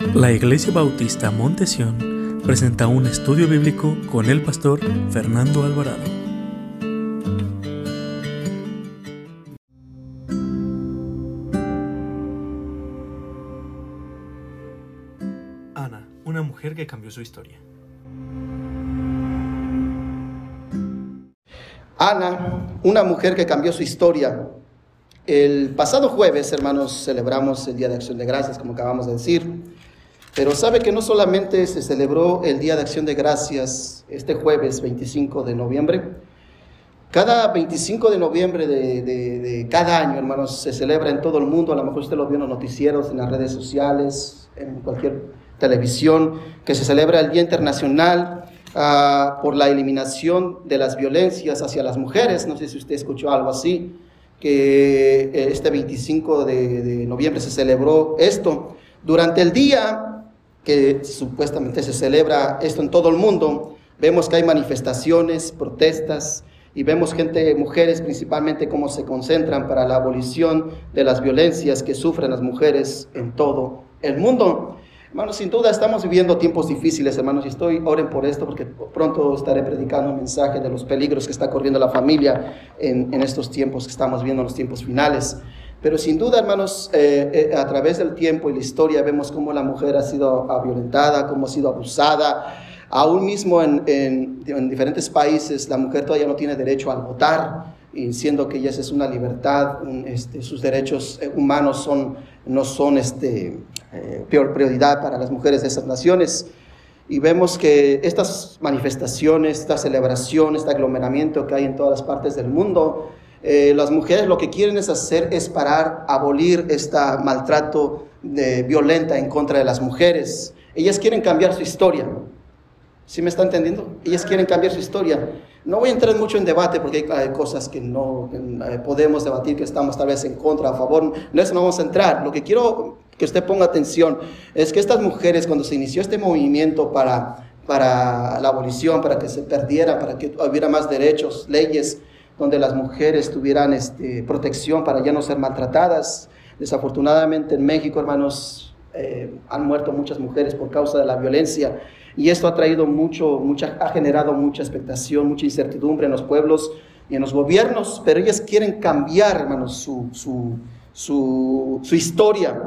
La Iglesia Bautista Monte Sión presenta un estudio bíblico con el pastor Fernando Alvarado. Ana, una mujer que cambió su historia. Ana, una mujer que cambió su historia. El pasado jueves, hermanos, celebramos el Día de Acción de Gracias, como acabamos de decir. Pero sabe que no solamente se celebró el Día de Acción de Gracias este jueves 25 de noviembre. Cada 25 de noviembre de cada año, hermanos, se celebra en todo el mundo. A lo mejor usted lo vio en los noticieros, en las redes sociales, en cualquier televisión, que se celebra el Día Internacional por la eliminación de las violencias hacia las mujeres. No sé si usted escuchó algo así, que este 25 de noviembre se celebró esto. Durante el día que supuestamente se celebra esto en todo el mundo, vemos que hay manifestaciones, protestas, y vemos gente, mujeres principalmente, cómo se concentran para la abolición de las violencias que sufren las mujeres en todo el mundo. Hermanos, sin duda estamos viviendo tiempos difíciles, hermanos, y oren por esto, porque pronto estaré predicando un mensaje de los peligros que está corriendo la familia en estos tiempos que estamos viendo, en los tiempos finales. Pero sin duda, hermanos, a través del tiempo y la historia vemos cómo la mujer ha sido violentada, cómo ha sido abusada. Aún mismo en diferentes países la mujer todavía no tiene derecho al votar, y siendo que ya esa es una libertad, sus derechos humanos no son prioridad para las mujeres de esas naciones. Y vemos que estas manifestaciones, esta celebración, este aglomeramiento que hay en todas las partes del mundo, las mujeres lo que quieren es parar, abolir este maltrato violenta en contra de las mujeres. Ellas quieren cambiar su historia. ¿Sí me está entendiendo? Ellas quieren cambiar su historia. No voy a entrar mucho en debate porque hay cosas que no podemos debatir, que estamos tal vez en contra, a favor. En eso no vamos a entrar. Lo que quiero que usted ponga atención es que estas mujeres, cuando se inició este movimiento para la abolición, para que se perdiera, para que hubiera más derechos, leyes, donde las mujeres tuvieran protección para ya no ser maltratadas. Desafortunadamente en México, hermanos, han muerto muchas mujeres por causa de la violencia, y esto ha traído ha generado mucha expectación, mucha incertidumbre en los pueblos y en los gobiernos, pero ellas quieren cambiar, hermanos, su historia.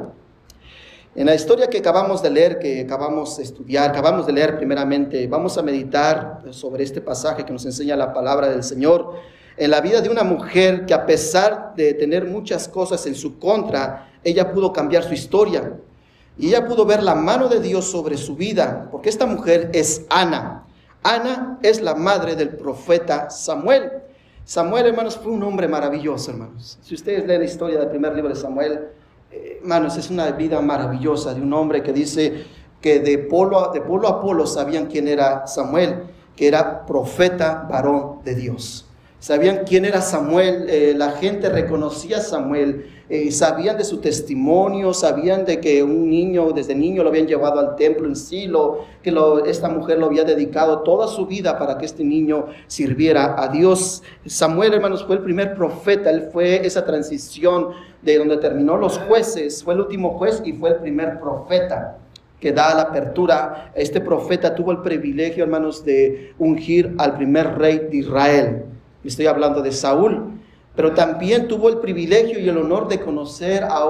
En la historia que acabamos de leer, que acabamos de leer primeramente, vamos a meditar sobre este pasaje que nos enseña la palabra del Señor, en la vida de una mujer que, a pesar de tener muchas cosas en su contra, ella pudo cambiar su historia. Y ella pudo ver la mano de Dios sobre su vida, porque esta mujer es Ana. Ana es la madre del profeta Samuel. Samuel, hermanos, fue un hombre maravilloso, hermanos. Si ustedes leen la historia del primer libro de Samuel, hermanos, es una vida maravillosa de un hombre que dice que de polo a polo sabían quién era Samuel, que era profeta varón de Dios. Sabían quién era Samuel, la gente reconocía a Samuel, sabían de su testimonio, sabían de que desde niño lo habían llevado al templo en Silo, que esta mujer lo había dedicado toda su vida para que este niño sirviera a Dios. Samuel, hermanos, fue el primer profeta. Él fue esa transición de donde terminó los jueces, fue el último juez y fue el primer profeta que da la apertura. Este profeta tuvo el privilegio, hermanos, de ungir al primer rey de Israel. Estoy hablando de Saúl, pero también tuvo el privilegio y el honor de conocer a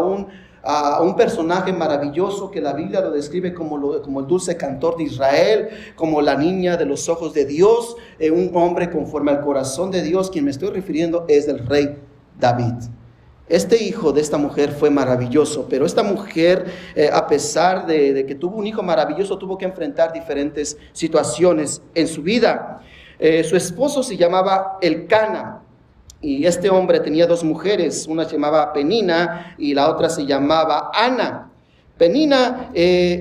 un personaje maravilloso que la Biblia lo describe como el dulce cantor de Israel, como la niña de los ojos de Dios, un hombre conforme al corazón de Dios. Quien me estoy refiriendo es el rey David. Este hijo de esta mujer fue maravilloso, pero esta mujer, a pesar de que tuvo un hijo maravilloso, tuvo que enfrentar diferentes situaciones en su vida. Su esposo se llamaba Elcana, y este hombre tenía dos mujeres, una se llamaba Penina y la otra se llamaba Ana. Penina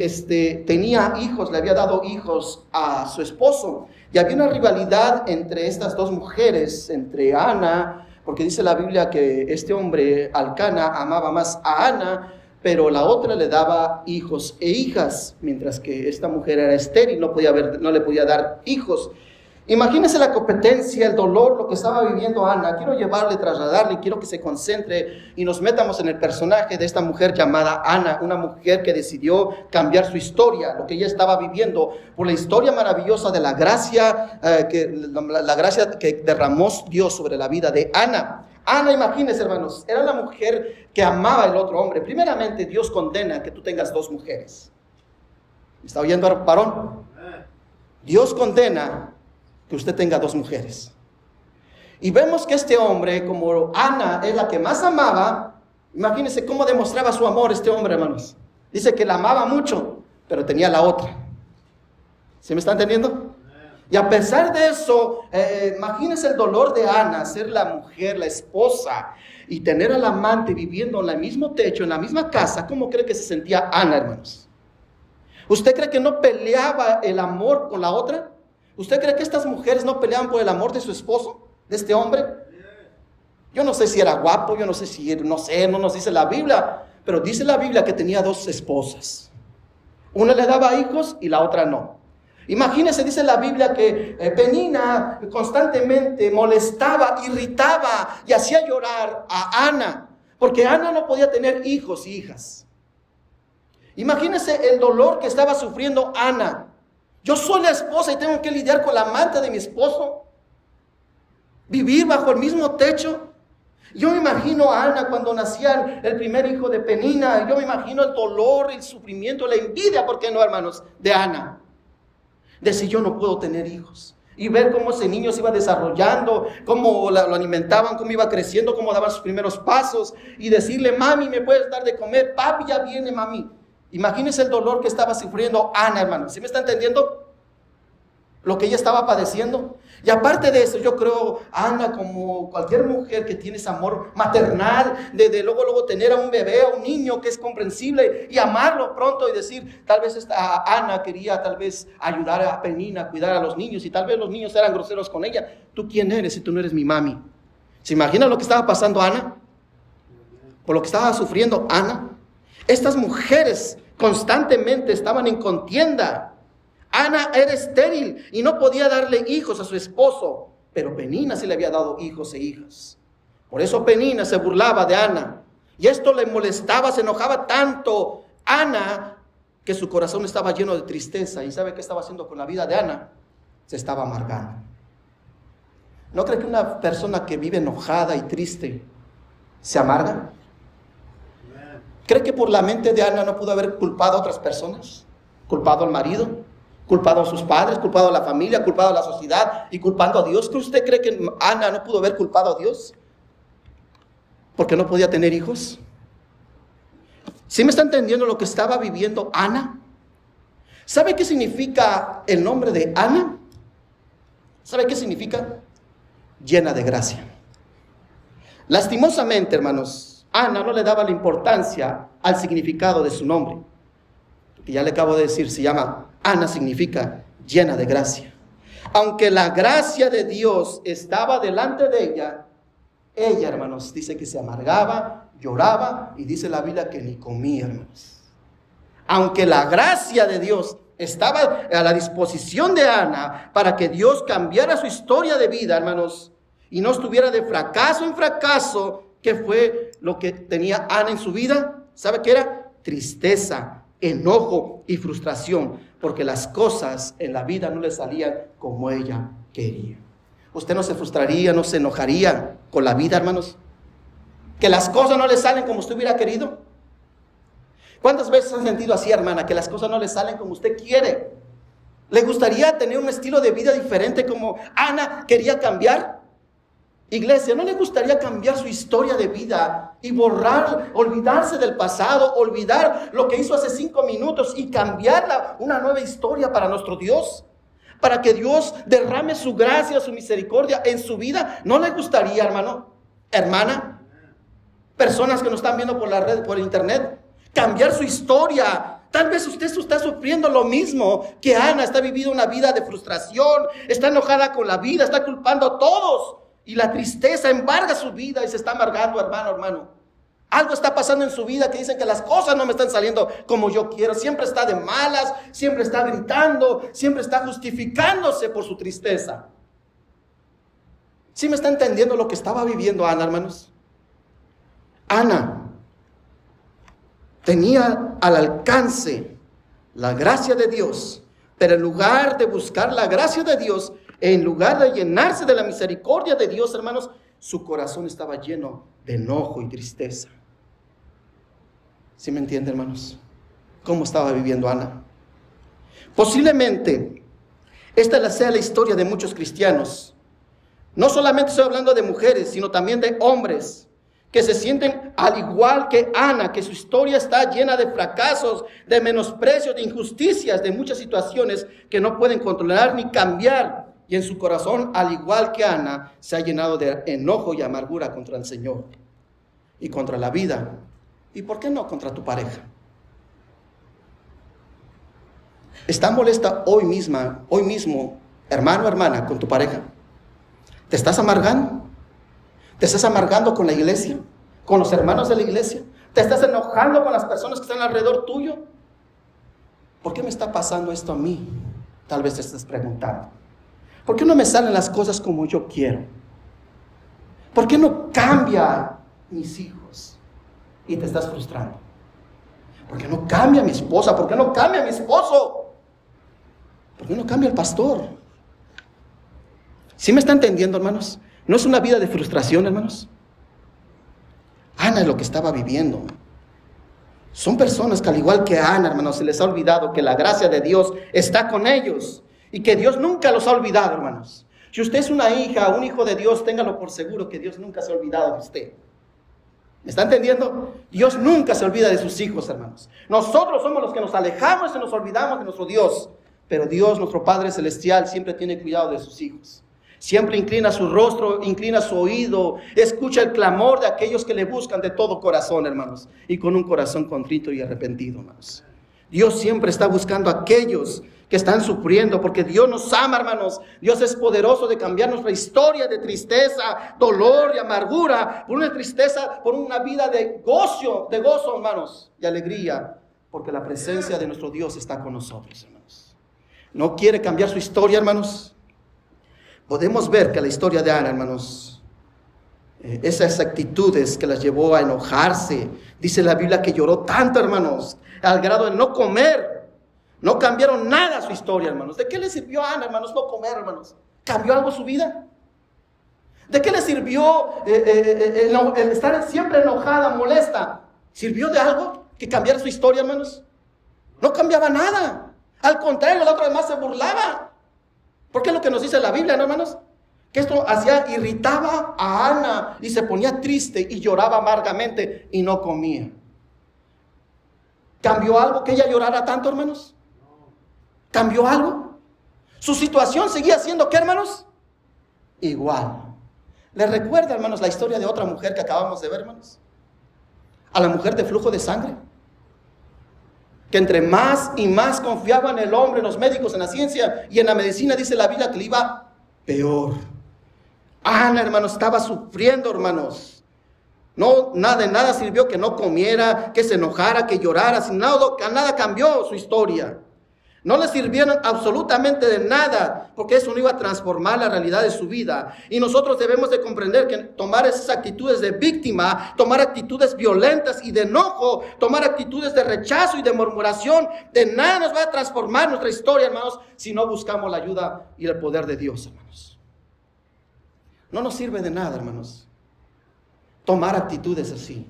tenía hijos, le había dado hijos a su esposo, y había una rivalidad entre estas dos mujeres, entre Ana, porque dice la Biblia que este hombre, Elcana, amaba más a Ana, pero la otra le daba hijos e hijas, mientras que esta mujer era estéril, no le podía dar hijos. Imagínense la competencia, el dolor, lo que estaba viviendo Ana. Quiero llevarle, trasladarle, quiero que se concentre y nos metamos en el personaje de esta mujer llamada Ana, una mujer que decidió cambiar su historia, lo que ella estaba viviendo, por la historia maravillosa de la gracia, la gracia que derramó Dios sobre la vida de Ana. Ana, imagínense, hermanos, era la mujer que amaba al otro hombre. Primeramente, Dios condena que tú tengas dos mujeres. ¿Me está oyendo, varón? Dios condena que usted tenga dos mujeres. Y vemos que este hombre, como Ana es la que más amaba, imagínense cómo demostraba su amor este hombre, hermanos. Dice que la amaba mucho, pero tenía la otra. ¿Sí me está entendiendo? Y a pesar de eso, imagínense el dolor de Ana, ser la mujer, la esposa, y tener al amante viviendo en el mismo techo, en la misma casa. ¿Cómo cree que se sentía Ana, hermanos? ¿Usted cree que no peleaba el amor con la otra? ¿Usted cree que estas mujeres no peleaban por el amor de su esposo, de este hombre? Yo no sé si era guapo, yo no sé si, no nos dice la Biblia, pero dice la Biblia que tenía dos esposas. Una le daba hijos y la otra no. Imagínense, dice la Biblia que Penina constantemente molestaba, irritaba y hacía llorar a Ana, porque Ana no podía tener hijos y hijas. Imagínense el dolor que estaba sufriendo Ana. Yo soy la esposa y tengo que lidiar con la amante de mi esposo. Vivir bajo el mismo techo. Yo me imagino a Ana cuando nacía el primer hijo de Penina. Yo me imagino el dolor, el sufrimiento, la envidia, ¿por qué no, hermanos? De Ana. Decir, yo no puedo tener hijos. Y ver cómo ese niño se iba desarrollando, cómo lo alimentaban, cómo iba creciendo, cómo daban sus primeros pasos. Y decirle, mami, ¿me puedes dar de comer? Papi, ya viene, mami. Imagínense el dolor que estaba sufriendo Ana, hermano. ¿Sí me está entendiendo? Lo que ella estaba padeciendo. Y aparte de eso, yo creo, Ana, como cualquier mujer que tiene ese amor maternal, de luego tener a un bebé, a un niño que es comprensible y amarlo pronto y decir, tal vez Ana quería tal vez ayudar a Penina a cuidar a los niños y tal vez los niños eran groseros con ella. ¿Tú quién eres si tú no eres mi mami? ¿Se imagina lo que estaba pasando Ana? Por lo que estaba sufriendo Ana. Estas mujeres constantemente estaban en contienda. Ana era estéril y no podía darle hijos a su esposo, pero Penina sí le había dado hijos e hijas. Por eso Penina se burlaba de Ana, y esto le molestaba, se enojaba tanto Ana, que su corazón estaba lleno de tristeza. ¿Y sabe qué estaba haciendo con la vida de Ana? Se estaba amargando. ¿No cree que una persona que vive enojada y triste se amarga? ¿Cree que por la mente de Ana no pudo haber culpado a otras personas? ¿Culpado al marido? ¿Culpado a sus padres? ¿Culpado a la familia? ¿Culpado a la sociedad? ¿Y culpando a Dios? ¿Usted cree que Ana no pudo haber culpado a Dios? ¿Porque no podía tener hijos? ¿Sí me está entendiendo lo que estaba viviendo Ana? ¿Sabe qué significa el nombre de Ana? ¿Sabe qué significa? Llena de gracia. Lastimosamente, hermanos, Ana no le daba la importancia al significado de su nombre. Que ya le acabo de decir, se llama Ana, significa llena de gracia. Aunque la gracia de Dios estaba delante de ella, hermanos, dice que se amargaba, lloraba, y dice la Biblia que ni comía, hermanos. Aunque la gracia de Dios estaba a la disposición de Ana para que Dios cambiara su historia de vida, hermanos, y no estuviera de fracaso en fracaso. ¿Qué fue lo que tenía Ana en su vida? ¿Sabe qué era? Tristeza, enojo y frustración, porque las cosas en la vida no le salían como ella quería. ¿Usted no se frustraría, no se enojaría con la vida, hermanos? ¿Que las cosas no le salen como usted hubiera querido? ¿Cuántas veces han sentido así, hermana, que las cosas no le salen como usted quiere? ¿Le gustaría tener un estilo de vida diferente como Ana quería cambiar? Iglesia, ¿no le gustaría cambiar su historia de vida y borrar, olvidarse del pasado, olvidar lo que hizo hace 5 minutos y cambiarla, una nueva historia para nuestro Dios? Para que Dios derrame su gracia, su misericordia en su vida. ¿No le gustaría, hermano, hermana, personas que nos están viendo por la red, por internet, cambiar su historia? Tal vez usted está sufriendo lo mismo que Ana, está viviendo una vida de frustración, está enojada con la vida, está culpando a todos. Y la tristeza embarga su vida y se está amargando, hermano. Algo está pasando en su vida que dicen que las cosas no me están saliendo como yo quiero. Siempre está de malas, siempre está gritando, siempre está justificándose por su tristeza. ¿Sí me está entendiendo lo que estaba viviendo Ana, hermanos? Ana tenía al alcance la gracia de Dios, pero en lugar de buscar la gracia de Dios, en lugar de llenarse de la misericordia de Dios, hermanos, su corazón estaba lleno de enojo y tristeza. ¿Sí me entiende, hermanos? ¿Cómo estaba viviendo Ana? Posiblemente esta sea la historia de muchos cristianos. No solamente estoy hablando de mujeres, sino también de hombres que se sienten al igual que Ana, que su historia está llena de fracasos, de menosprecios, de injusticias, de muchas situaciones que no pueden controlar ni cambiar. Y en su corazón, al igual que Ana, se ha llenado de enojo y amargura contra el Señor y contra la vida. ¿Y por qué no contra tu pareja? ¿Está molesta hoy mismo, hermano o hermana, con tu pareja? ¿Te estás amargando? ¿Te estás amargando con la iglesia? ¿Con los hermanos de la iglesia? ¿Te estás enojando con las personas que están alrededor tuyo? ¿Por qué me está pasando esto a mí? Tal vez te estés preguntando. ¿Por qué no me salen las cosas como yo quiero? ¿Por qué no cambia mis hijos? Y te estás frustrando. ¿Por qué no cambia mi esposa? ¿Por qué no cambia mi esposo? ¿Por qué no cambia el pastor? ¿Sí me está entendiendo, hermanos? ¿No es una vida de frustración, hermanos? Ana es lo que estaba viviendo. Son personas que al igual que Ana, hermanos, se les ha olvidado que la gracia de Dios está con ellos y que Dios nunca los ha olvidado, hermanos. Si usted es una hija, un hijo de Dios, téngalo por seguro que Dios nunca se ha olvidado de usted. ¿Me está entendiendo? Dios nunca se olvida de sus hijos, hermanos. Nosotros somos los que nos alejamos y nos olvidamos de nuestro Dios. Pero Dios, nuestro Padre Celestial, siempre tiene cuidado de sus hijos. Siempre inclina su rostro, inclina su oído, escucha el clamor de aquellos que le buscan de todo corazón, hermanos. Y con un corazón contrito y arrepentido, hermanos. Dios siempre está buscando a aquellos que están sufriendo, porque Dios nos ama, hermanos. Dios es poderoso de cambiar nuestra historia de tristeza, dolor y amargura por una tristeza, por una vida de gozo, hermanos, y alegría, porque la presencia de nuestro Dios está con nosotros, hermanos. ¿No quiere cambiar su historia, hermanos? Podemos ver que la historia de Ana, hermanos, esas actitudes que las llevó a enojarse, dice la Biblia que lloró tanto, hermanos, al grado de no comer. No cambiaron nada su historia, hermanos. ¿De qué le sirvió a Ana, hermanos, no comer, hermanos? ¿Cambió algo su vida? ¿De qué le sirvió el estar siempre enojada, molesta? ¿Sirvió de algo que cambiara su historia, hermanos? No cambiaba nada. Al contrario, la otra vez más se burlaba. Porque es lo que nos dice la Biblia, ¿no, hermanos? Que esto irritaba a Ana y se ponía triste y lloraba amargamente y no comía. ¿Cambió algo que ella llorara tanto, hermanos? ¿Cambió algo? Su situación seguía siendo, ¿qué, hermanos? Igual. ¿Les recuerda, hermanos, la historia de otra mujer que acabamos de ver, hermanos? A la mujer de flujo de sangre. Que entre más y más confiaba en el hombre, en los médicos, en la ciencia y en la medicina, dice la Biblia que le iba peor. Ana, hermanos, estaba sufriendo, hermanos. No, nada sirvió que no comiera, que se enojara, que llorara. Sin nada cambió su historia. No le sirvieron absolutamente de nada, porque eso no iba a transformar la realidad de su vida. Y nosotros debemos de comprender que tomar esas actitudes de víctima, tomar actitudes violentas y de enojo, tomar actitudes de rechazo y de murmuración, de nada nos va a transformar nuestra historia, hermanos, si no buscamos la ayuda y el poder de Dios, hermanos. No nos sirve de nada, hermanos, tomar actitudes así.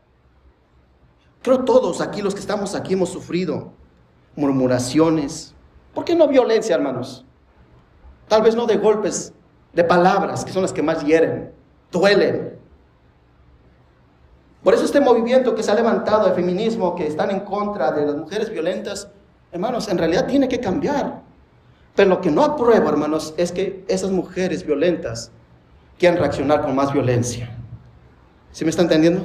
Creo todos aquí, los que estamos aquí, hemos sufrido murmuraciones. ¿Por qué no violencia, hermanos? Tal vez no de golpes, de palabras, que son las que más hieren, duelen. Por eso este movimiento que se ha levantado de feminismo, que están en contra de las mujeres violentas, hermanos, en realidad tiene que cambiar. Pero lo que no apruebo, hermanos, es que esas mujeres violentas quieran reaccionar con más violencia. ¿Sí me está entendiendo?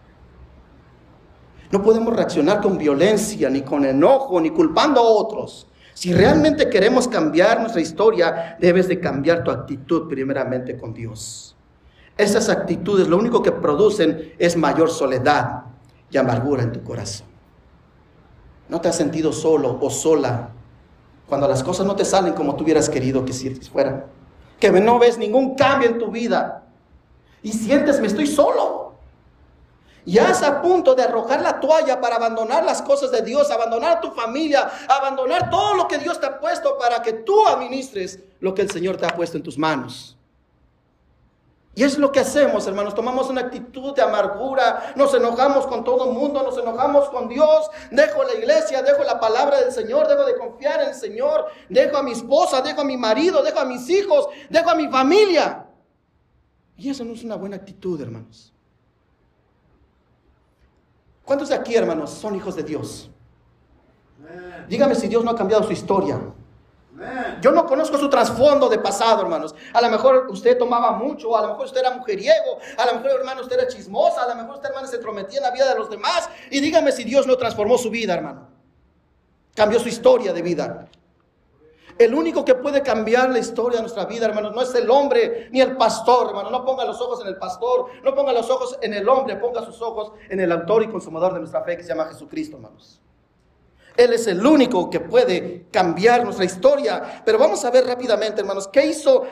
No podemos reaccionar con violencia, ni con enojo, ni culpando a otros. Si realmente queremos cambiar nuestra historia, debes de cambiar tu actitud primeramente con Dios. Esas actitudes lo único que producen es mayor soledad y amargura en tu corazón. ¿No te has sentido solo o sola cuando las cosas no te salen como tú hubieras querido que fueran? que no ves ningún cambio en tu vida y sientes, me estoy solo. Ya estás a punto de arrojar la toalla para abandonar las cosas de Dios, abandonar tu familia, abandonar todo lo que Dios te ha puesto para que tú administres lo que el Señor te ha puesto en tus manos. Y es lo que hacemos, hermanos. Tomamos una actitud de amargura, nos enojamos con todo el mundo, nos enojamos con Dios. Dejo la iglesia, dejo la palabra del Señor, dejo de confiar en el Señor, dejo a mi esposa, dejo a mi marido, dejo a mis hijos, dejo a mi familia. Y eso no es una buena actitud, hermanos. ¿Cuántos de aquí, hermanos, son hijos de Dios? Dígame si Dios no ha cambiado su historia. Yo no conozco su trasfondo de pasado, hermanos. A lo mejor usted tomaba mucho, a lo mejor usted era mujeriego, a lo mejor, hermano, usted era chismosa, a lo mejor usted, hermano, se entrometía en la vida de los demás. Y dígame si Dios no transformó su vida, hermano. Cambió su historia de vida. El único que puede cambiar la historia de nuestra vida, hermanos, no es el hombre ni el pastor, hermano. No ponga los ojos en el pastor, no ponga los ojos en el hombre, ponga sus ojos en el autor y consumador de nuestra fe, que se llama Jesucristo, hermanos. Él es el único que puede cambiar nuestra historia. Pero vamos a ver rápidamente, hermanos, ¿qué hizo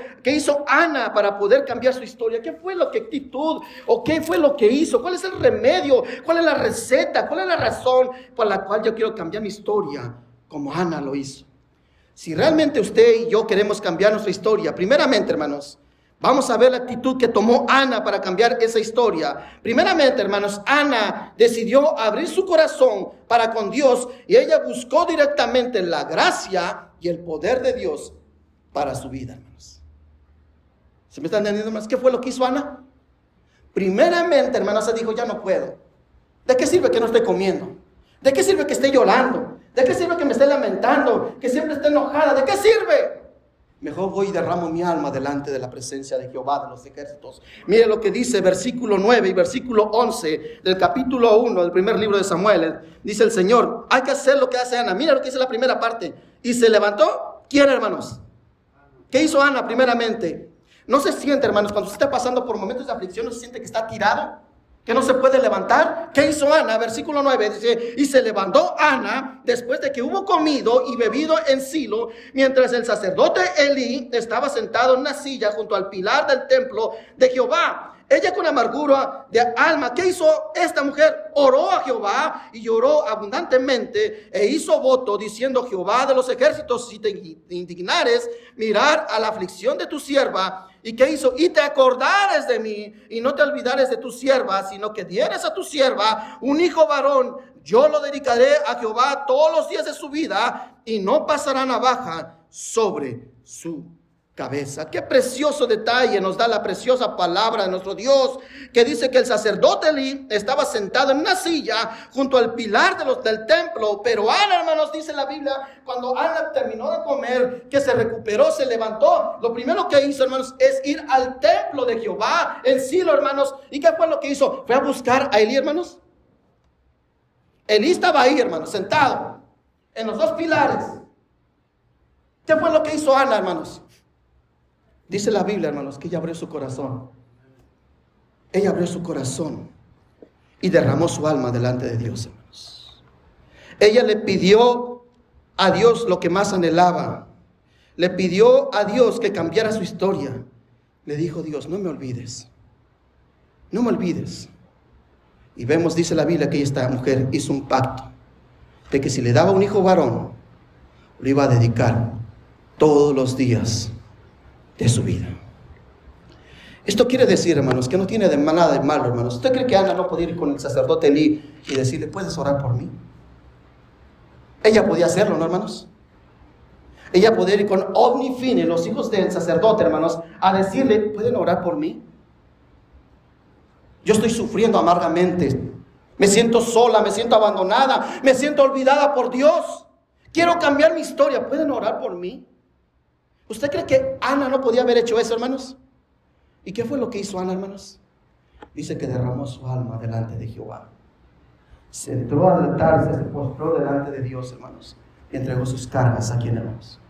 Ana para poder cambiar su historia? ¿Qué fue lo que actitud o qué fue lo que hizo? ¿Cuál es el remedio? ¿Cuál es la receta? ¿Cuál es la razón por la cual yo quiero cambiar mi historia como Ana lo hizo? Si realmente usted y yo queremos cambiar nuestra historia, primeramente, hermanos, vamos a ver la actitud que tomó Ana para cambiar esa historia. Primeramente, hermanos, Ana decidió abrir su corazón para con Dios y ella buscó directamente la gracia y el poder de Dios para su vida, hermanos. ¿Se me están entendiendo, hermanos? ¿Qué fue lo que hizo Ana? Primeramente, hermanos, se dijo, ya no puedo. ¿De qué sirve que no esté comiendo? ¿De qué sirve que esté llorando? ¿De qué sirve que me esté lamentando? Que siempre esté enojada. ¿De qué sirve? Mejor voy y derramo mi alma delante de la presencia de Jehová de los ejércitos. Mire lo que dice versículo 9 y versículo 11 del capítulo 1 del primer libro de Samuel. Dice el Señor, hay que hacer lo que hace Ana. Mira lo que dice la primera parte. Y se levantó, ¿quién, hermanos? ¿Qué hizo Ana primeramente? ¿No se siente, hermanos, cuando usted está pasando por momentos de aflicción, no se siente que está tirado? ¿Que no se puede levantar? ¿Qué hizo Ana? Versículo 9 dice, y se levantó Ana después de que hubo comido y bebido en Silo, mientras el sacerdote Elí estaba sentado en una silla junto al pilar del templo de Jehová. Ella con amargura de alma, ¿qué hizo esta mujer? Oró a Jehová y lloró abundantemente e hizo voto diciendo, Jehová de los ejércitos, si te indignares, mirar a la aflicción de tu sierva. ¿Y qué hizo? Y te acordares de mí y no te olvidares de tu sierva, sino que dieres a tu sierva un hijo varón. Yo lo dedicaré a Jehová todos los días de su vida y no pasará navaja sobre su cabeza. Qué precioso detalle nos da la preciosa palabra de nuestro Dios, que dice que el sacerdote Elí estaba sentado en una silla junto al pilar del templo. Pero Ana, hermanos, dice la Biblia, cuando Ana terminó de comer, que se recuperó, se levantó, lo primero que hizo, hermanos, es ir al templo de Jehová en Silo, hermanos. ¿Y qué fue lo que hizo? Fue a buscar a Elí, hermanos. Elí estaba ahí, hermanos, sentado en los dos pilares. ¿Qué fue lo que hizo Ana, hermanos? Dice la Biblia, hermanos, que ella abrió su corazón. Ella abrió su corazón y derramó su alma delante de Dios, hermanos. Ella le pidió a Dios lo que más anhelaba. Le pidió a Dios que cambiara su historia. Le dijo, Dios, no me olvides. No me olvides. Y vemos, dice la Biblia, que esta mujer hizo un pacto de que si le daba un hijo varón, lo iba a dedicar todos los días de su vida. Esto quiere decir, hermanos, que no tiene nada de malo, hermanos. ¿Usted cree que Ana no podía ir con el sacerdote Elí y decirle, ¿puedes orar por mí? Ella podía hacerlo, ¿no, hermanos? Ella podía ir con Ofni y Fine, los hijos del sacerdote, hermanos, a decirle, ¿pueden orar por mí? Yo estoy sufriendo amargamente. Me siento sola, me siento abandonada, me siento olvidada por Dios. Quiero cambiar mi historia. ¿Pueden orar por mí? ¿Usted cree que Ana no podía haber hecho eso, hermanos? ¿Y qué fue lo que hizo Ana, hermanos? Dice que derramó su alma delante de Jehová. Se entró al altar, se postró delante de Dios, hermanos, y entregó sus cargas a quien, hermanos.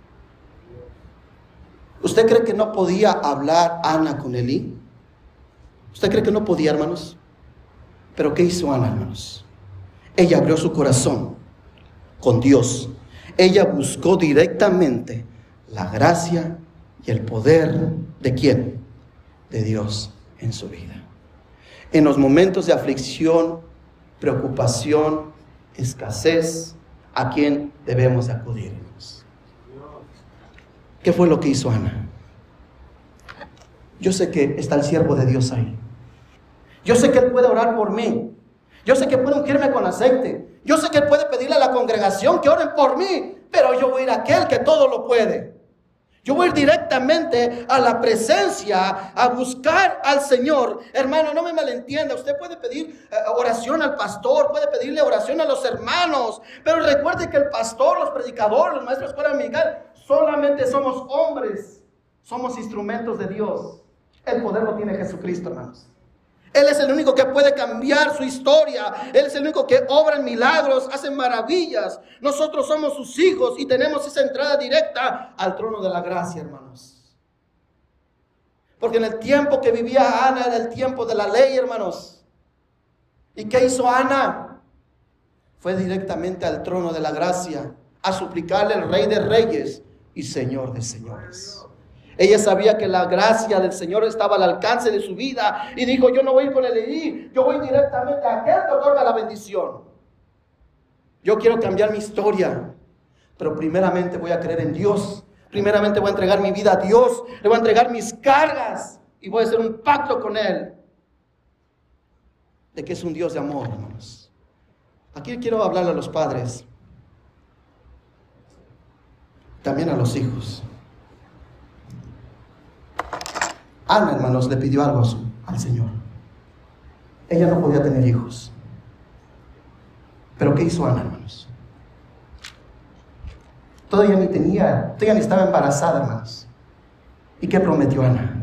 ¿Usted cree que no podía hablar Ana con Elí? ¿Usted cree que no podía, hermanos? Pero ¿qué hizo Ana, hermanos? Ella abrió su corazón con Dios. Ella buscó directamente la gracia y el poder ¿de quién? De Dios en su vida. En los momentos de aflicción, preocupación, escasez, ¿a quién debemos de acudir? ¿Qué fue lo que hizo Ana? Yo sé que está el siervo de Dios ahí. Yo sé que él puede orar por mí. Yo sé que puede ungirme con aceite. Yo sé que él puede pedirle a la congregación que oren por mí. Pero yo voy a ir a aquel que todo lo puede. Yo voy a ir directamente a la presencia, a buscar al Señor. Hermano, no me malentienda. Usted puede pedir oración al pastor, puede pedirle oración a los hermanos. Pero recuerde que el pastor, los predicadores, los maestros de escuela dominical, solamente somos hombres. Somos instrumentos de Dios. El poder lo tiene Jesucristo, hermanos. Él es el único que puede cambiar su historia. Él es el único que obra milagros, hace maravillas. Nosotros somos sus hijos y tenemos esa entrada directa al trono de la gracia, hermanos. Porque en el tiempo que vivía Ana era el tiempo de la ley, hermanos. ¿Y qué hizo Ana? Fue directamente al trono de la gracia a suplicarle al Rey de Reyes y Señor de Señores. Ella sabía que la gracia del Señor estaba al alcance de su vida y dijo, yo no voy a ir con el Elí, yo voy directamente a aquel que otorga la bendición. Yo quiero cambiar mi historia, pero primeramente voy a creer en Dios. Primeramente voy a entregar mi vida a Dios, le voy a entregar mis cargas y voy a hacer un pacto con Él de que es un Dios de amor, hermanos. Aquí quiero hablarle a los padres, también a los hijos. Ana, hermanos, le pidió algo al Señor. Ella no podía tener hijos. ¿Pero qué hizo Ana, hermanos? Todavía ni estaba embarazada, hermanos. ¿Y qué prometió Ana?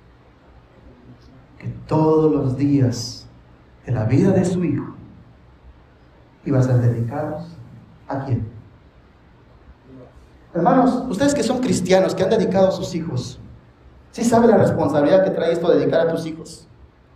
Que todos los días de la vida de su hijo iban a ser dedicados ¿a quién? Hermanos, ustedes que son cristianos, que han dedicado a sus hijos, ¿sí sabe la responsabilidad que trae esto de dedicar a tus hijos?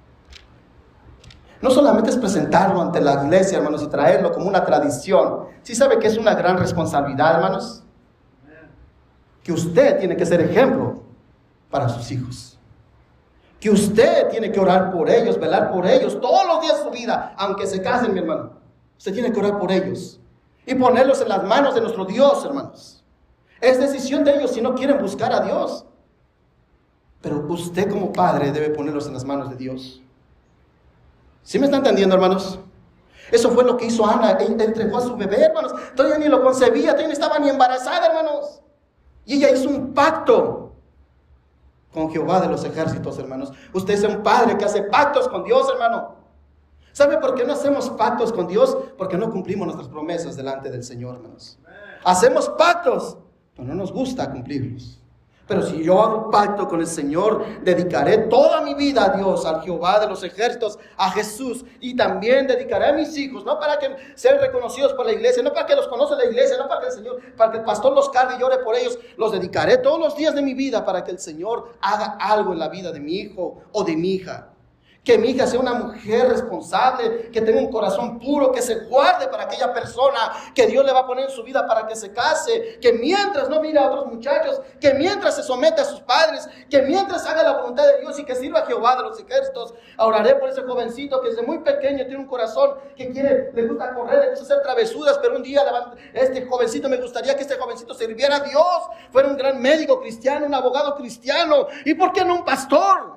No solamente es presentarlo ante la iglesia, hermanos, y traerlo como una tradición. ¿Sí sabe que es una gran responsabilidad, hermanos? Que usted tiene que ser ejemplo para sus hijos. Que usted tiene que orar por ellos, velar por ellos todos los días de su vida, aunque se casen, mi hermano. Usted tiene que orar por ellos y ponerlos en las manos de nuestro Dios, hermanos. Es decisión de ellos si no quieren buscar a Dios. Pero usted como padre debe ponerlos en las manos de Dios. ¿Sí me está entendiendo, hermanos? Eso fue lo que hizo Ana. Ella entregó a su bebé, hermanos. Todavía ni lo concebía, todavía no estaba ni embarazada, hermanos. Y ella hizo un pacto con Jehová de los ejércitos, hermanos. Usted es un padre que hace pactos con Dios, hermano. ¿Sabe por qué no hacemos pactos con Dios? Porque no cumplimos nuestras promesas delante del Señor, hermanos. Hacemos pactos, pero no nos gusta cumplirlos. Pero si yo hago pacto con el Señor, dedicaré toda mi vida a Dios, al Jehová de los ejércitos, a Jesús. Y también dedicaré a mis hijos, no para que sean reconocidos por la iglesia, no para que los conozca la iglesia, no para que el Señor, para que el pastor los cargue y llore por ellos. Los dedicaré todos los días de mi vida para que el Señor haga algo en la vida de mi hijo o de mi hija. Que mi hija sea una mujer responsable, que tenga un corazón puro, que se guarde para aquella persona que Dios le va a poner en su vida para que se case, que mientras no mire a otros muchachos, que mientras se somete a sus padres, que mientras haga la voluntad de Dios y que sirva a Jehová de los ejércitos. Oraré por ese jovencito que desde muy pequeño tiene un corazón que le gusta correr, le gusta hacer travesuras, pero un día este jovencito, me gustaría que este jovencito sirviera a Dios, fuera un gran médico cristiano, un abogado cristiano, y ¿por qué no un pastor?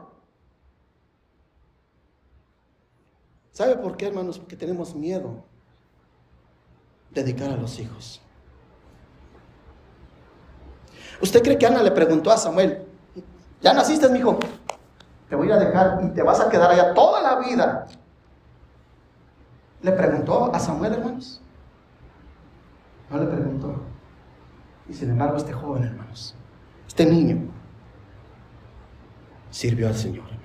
¿Sabe por qué, hermanos? Porque tenemos miedo de dedicar a los hijos. ¿Usted cree que Ana le preguntó a Samuel, ya naciste, mijo, te voy a dejar y te vas a quedar allá toda la vida? ¿Le preguntó a Samuel, hermanos? No le preguntó. Y sin embargo, este joven, hermanos, este niño, sirvió al Señor, hermanos.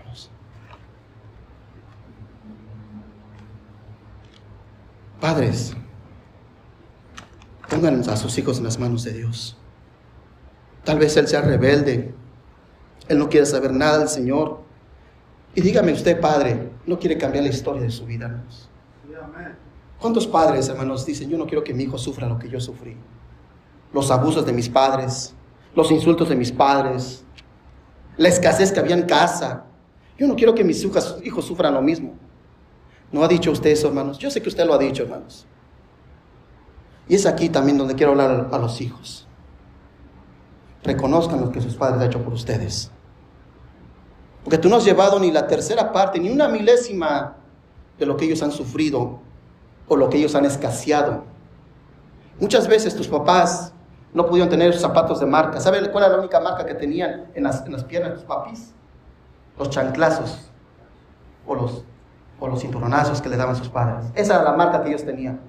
Padres, pongan a sus hijos en las manos de Dios. Tal vez él sea rebelde, él no quiere saber nada del Señor. Y dígame usted, padre, ¿no quiere cambiar la historia de su vida, hermanos? ¿Cuántos padres, hermanos, dicen, yo no quiero que mi hijo sufra lo que yo sufrí? Los abusos de mis padres, los insultos de mis padres, la escasez que había en casa. Yo no quiero que mis hijos sufran lo mismo. ¿No ha dicho usted eso, hermanos? Yo sé que usted lo ha dicho, hermanos. Y es aquí también donde quiero hablar a los hijos. Reconozcan lo que sus padres han hecho por ustedes. Porque tú no has llevado ni la tercera parte, ni una milésima de lo que ellos han sufrido o lo que ellos han escaseado. Muchas veces tus papás no pudieron tener zapatos de marca. ¿Saben cuál era la única marca que tenían en las piernas de tus papis? Los chanclazos o los cinturonazos que le daban sus padres. Esa era la marca que ellos tenían.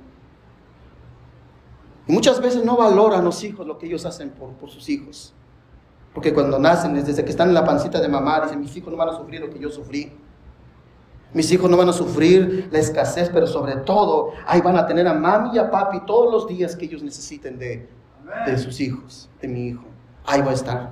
Y muchas veces no valoran los hijos lo que ellos hacen por sus hijos. Porque cuando nacen, desde que están en la pancita de mamá, dicen, mis hijos no van a sufrir lo que yo sufrí. Mis hijos no van a sufrir la escasez, pero sobre todo, ahí van a tener a mami y a papi todos los días que ellos necesiten de sus hijos, de mi hijo. Ahí va a estar.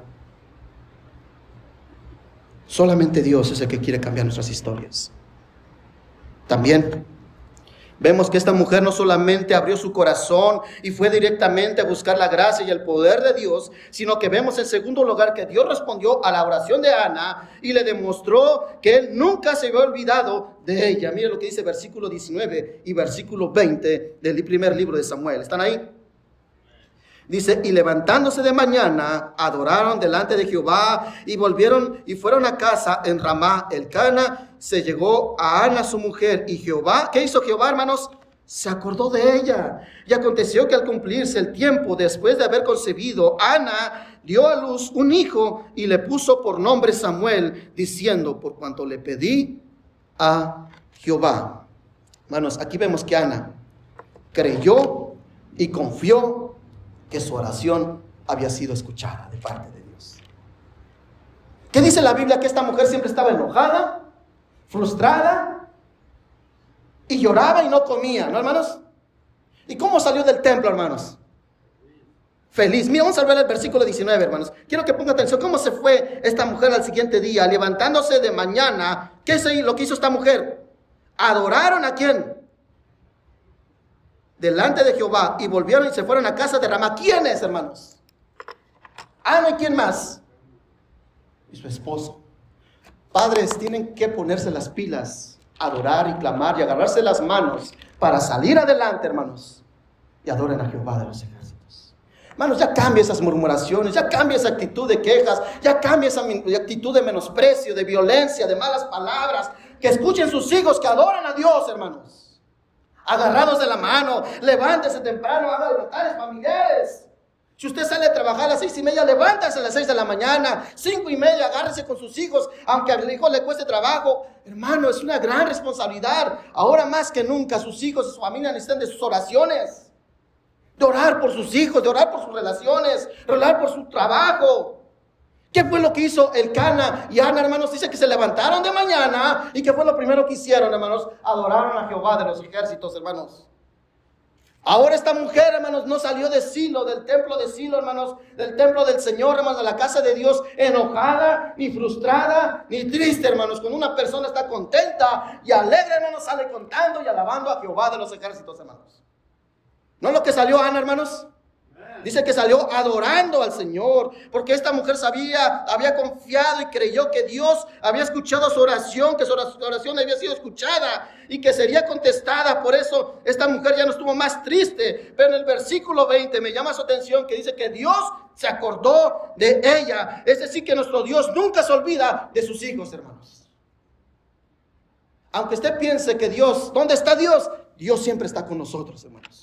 Solamente Dios es el que quiere cambiar nuestras historias. También vemos que esta mujer no solamente abrió su corazón y fue directamente a buscar la gracia y el poder de Dios, sino que vemos en segundo lugar que Dios respondió a la oración de Ana y le demostró que Él nunca se había olvidado de ella. Mire lo que dice versículo 19 y versículo 20 del primer libro de Samuel. ¿Están ahí? Dice, y levantándose de mañana, adoraron delante de Jehová y volvieron y fueron a casa en Ramá. Elcana se llegó a Ana su mujer y Jehová, ¿qué hizo Jehová, hermanos? Se acordó de ella. Y aconteció que al cumplirse el tiempo, después de haber concebido, Ana dio a luz un hijo y le puso por nombre Samuel, diciendo, por cuanto le pedí a Jehová. Hermanos, aquí vemos que Ana creyó y confió que su oración había sido escuchada de parte de Dios. ¿Qué dice la Biblia? Que esta mujer siempre estaba enojada, frustrada, y lloraba y no comía, ¿no, hermanos? ¿Y cómo salió del templo, hermanos? Feliz. Mira, vamos a ver el versículo 19, hermanos. Quiero que ponga atención. ¿Cómo se fue esta mujer al siguiente día? Levantándose de mañana. ¿Qué es lo que hizo esta mujer? ¿Adoraron a quién? Delante de Jehová, y volvieron y se fueron a casa de Ramá. ¿Quiénes, hermanos? Ana, ¿y quién más? Y su esposo. Padres tienen que ponerse las pilas, adorar y clamar y agarrarse las manos para salir adelante, hermanos, y adoren a Jehová de los ejércitos. Hermanos, ya cambia esas murmuraciones, ya cambia esa actitud de quejas, ya cambia esa actitud de menosprecio, de violencia, de malas palabras. Que escuchen sus hijos, que adoren a Dios, hermanos. Agarrados de la mano, levántese temprano, haga los altares familiares. Si usted sale a trabajar a las 6:30, levántase a las 6 de la mañana, 5:30, agárrese con sus hijos, aunque al hijo le cueste trabajo. Hermano, es una gran responsabilidad. Ahora más que nunca, sus hijos y su familia necesitan de sus oraciones. De orar por sus hijos, de orar por sus relaciones, de orar por su trabajo. ¿Qué fue lo que hizo Elcana y Ana, hermanos? Dice que se levantaron de mañana. ¿Y qué fue lo primero que hicieron, hermanos? Adoraron a Jehová de los ejércitos, hermanos. Ahora esta mujer, hermanos, no salió de Silo, del templo de Silo, hermanos, del templo del Señor, hermanos, de la casa de Dios, enojada, ni frustrada, ni triste, hermanos. Cuando una persona está contenta y alegre, hermanos, sale contando y alabando a Jehová de los ejércitos, hermanos. ¿No es lo que salió Ana, hermanos? Dice que salió adorando al Señor, porque esta mujer había confiado y creyó que Dios había escuchado su oración, que su oración había sido escuchada y que sería contestada. Por eso esta mujer ya no estuvo más triste. Pero en el versículo 20 me llama su atención que dice que Dios se acordó de ella. Es decir, que nuestro Dios nunca se olvida de sus hijos, hermanos. Aunque usted piense que Dios, ¿dónde está Dios? Dios siempre está con nosotros, hermanos.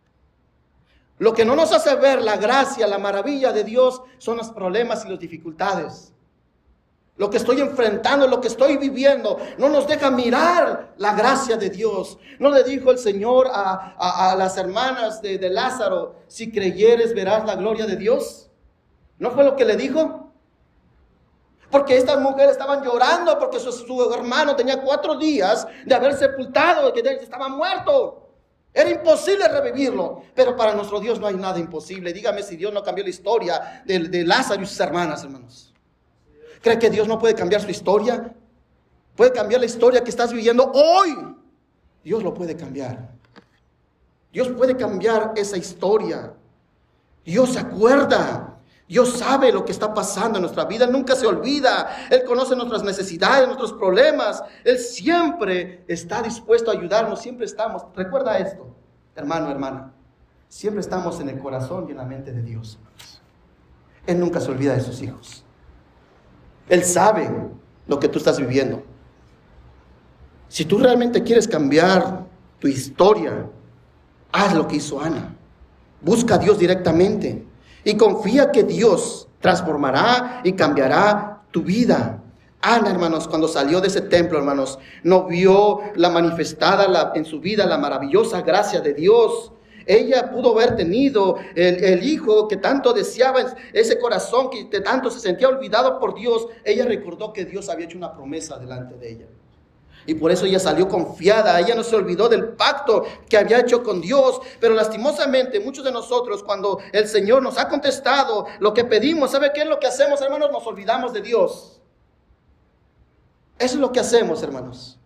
Lo que no nos hace ver la gracia, la maravilla de Dios son los problemas y las dificultades. Lo que estoy enfrentando, lo que estoy viviendo, no nos deja mirar la gracia de Dios. ¿No le dijo el Señor a las hermanas de Lázaro, si creyeres verás la gloria de Dios? ¿No fue lo que le dijo? Porque estas mujeres estaban llorando porque su hermano tenía 4 días de haber sepultado, que estaba muerto. Era imposible revivirlo, pero para nuestro Dios no hay nada imposible. Dígame si Dios no cambió la historia de Lázaro y sus hermanas, hermanos. ¿Cree que Dios no puede cambiar su historia? Puede cambiar la historia que estás viviendo hoy. Dios lo puede cambiar. Dios puede cambiar esa historia. Dios se acuerda. Dios sabe lo que está pasando en nuestra vida. Él nunca se olvida. Él conoce nuestras necesidades, nuestros problemas. Él siempre está dispuesto a ayudarnos. Siempre estamos. Recuerda esto, hermano, hermana. Siempre estamos en el corazón y en la mente de Dios. Él nunca se olvida de sus hijos. Él sabe lo que tú estás viviendo. Si tú realmente quieres cambiar tu historia, haz lo que hizo Ana. Busca a Dios directamente y confía que Dios transformará y cambiará tu vida. Ana, hermanos, cuando salió de ese templo, hermanos, no vio la manifestada en su vida la maravillosa gracia de Dios. Ella pudo haber tenido el hijo que tanto deseaba, ese corazón que tanto se sentía olvidado por Dios. Ella recordó que Dios había hecho una promesa delante de ella. Y por eso ella salió confiada. Ella no se olvidó del pacto que había hecho con Dios. Pero lastimosamente muchos de nosotros, cuando el Señor nos ha contestado lo que pedimos, ¿sabe qué es lo que hacemos, hermanos? Nos olvidamos de Dios. Eso es lo que hacemos, hermanos.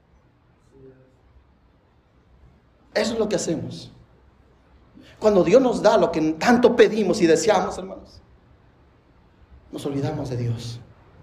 Eso es lo que hacemos. Cuando Dios nos da lo que tanto pedimos y deseamos, hermanos, nos olvidamos de Dios.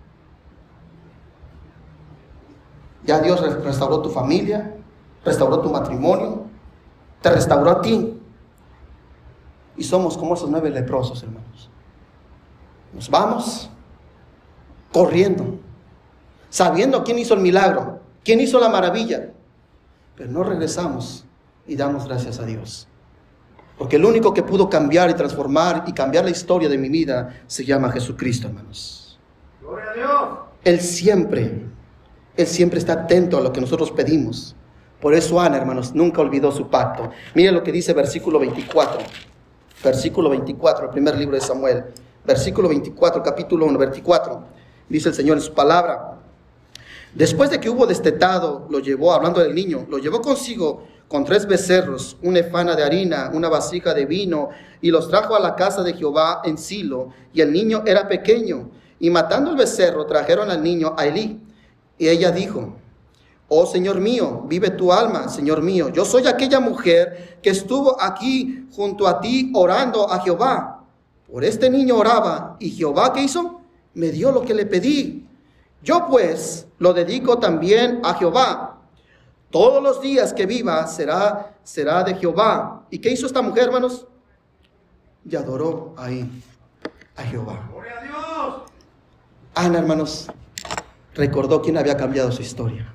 Ya Dios restauró tu familia, restauró tu matrimonio, te restauró a ti. Y somos como esos 9 leprosos, hermanos. Nos vamos corriendo, sabiendo quién hizo el milagro, quién hizo la maravilla. Pero no regresamos y damos gracias a Dios. Porque el único que pudo cambiar y transformar y cambiar la historia de mi vida se llama Jesucristo, hermanos. ¡Gloria a Dios! Él siempre está atento a lo que nosotros pedimos. Por eso Ana, hermanos, nunca olvidó su pacto. Miren lo que dice versículo 24. Versículo 24, el primer libro de Samuel. Versículo 24, capítulo 1, 24. Dice el Señor en su palabra. Después de que hubo destetado, lo llevó, hablando del niño, lo llevó consigo con 3 becerros, una efana de harina, una vasija de vino, y los trajo a la casa de Jehová en Silo. Y el niño era pequeño. Y matando el becerro, trajeron al niño a Elí. Y ella dijo: oh Señor mío, vive tu alma, Señor mío. Yo soy aquella mujer que estuvo aquí junto a ti orando a Jehová. Por este niño oraba, y Jehová, ¿qué hizo? Me dio lo que le pedí. Yo pues lo dedico también a Jehová. Todos los días que viva será de Jehová. ¿Y qué hizo esta mujer, hermanos? Y adoró ahí a Jehová. ¡Gloria a Dios! Ana, hermanos, recordó quién había cambiado su historia.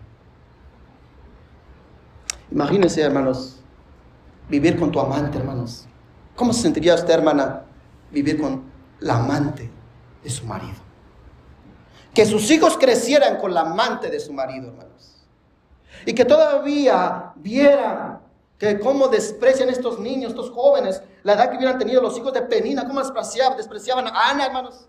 Imagínense, hermanos, vivir con tu amante, hermanos. ¿Cómo se sentiría usted, hermana, vivir con la amante de su marido? Que sus hijos crecieran con la amante de su marido, hermanos. Y que todavía vieran que cómo desprecian estos niños, estos jóvenes, la edad que hubieran tenido los hijos de Penina, cómo despreciaban a Ana, hermanos.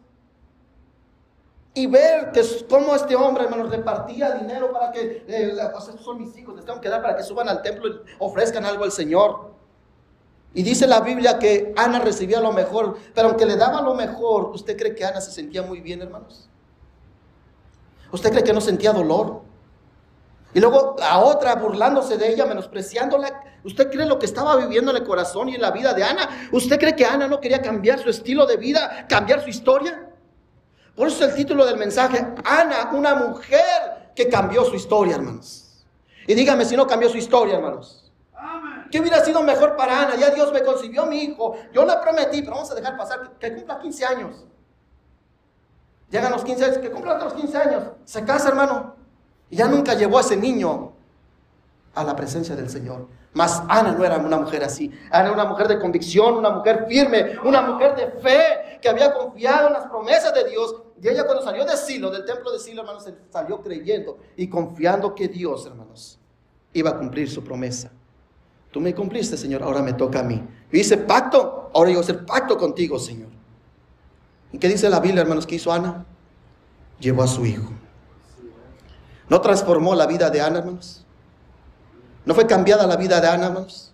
Y ver que cómo este hombre, hermanos, repartía dinero para que, estos son mis hijos, les tengo que dar para que suban al templo y ofrezcan algo al Señor. Y dice la Biblia que Ana recibía lo mejor, pero aunque le daba lo mejor, ¿usted cree que Ana se sentía muy bien, hermanos? ¿Usted cree que no sentía dolor? Y luego la otra burlándose de ella, menospreciándola. ¿Usted cree lo que estaba viviendo en el corazón y en la vida de Ana? ¿Usted cree que Ana no quería cambiar su estilo de vida, cambiar su historia? Por eso es el título del mensaje: Ana, una mujer que cambió su historia, hermanos. Y dígame si no cambió su historia, hermanos. Amén. ¿Qué hubiera sido mejor para Ana? Ya Dios me concibió mi hijo, yo le prometí, pero vamos a dejar pasar que cumpla 15 años. Llegan los 15 años, que cumpla hasta los 15 años, se casa, hermano. Y ya nunca llevó a ese niño a la presencia del Señor. Mas Ana no era una mujer así. Ana era una mujer de convicción, una mujer firme, una mujer de fe, que había confiado en las promesas de Dios. Y ella, cuando salió de Silo, del templo de Silo, hermanos, salió creyendo y confiando que Dios, hermanos, iba a cumplir su promesa. Tú me cumpliste, Señor, ahora me toca a mí. Yo hice pacto, ahora yo voy a hacer pacto contigo, Señor. ¿Y qué dice la Biblia, hermanos, que hizo Ana? Llevó a su hijo. ¿No transformó la vida de Ana, hermanos? ¿No fue cambiada la vida de Ana, hermanos?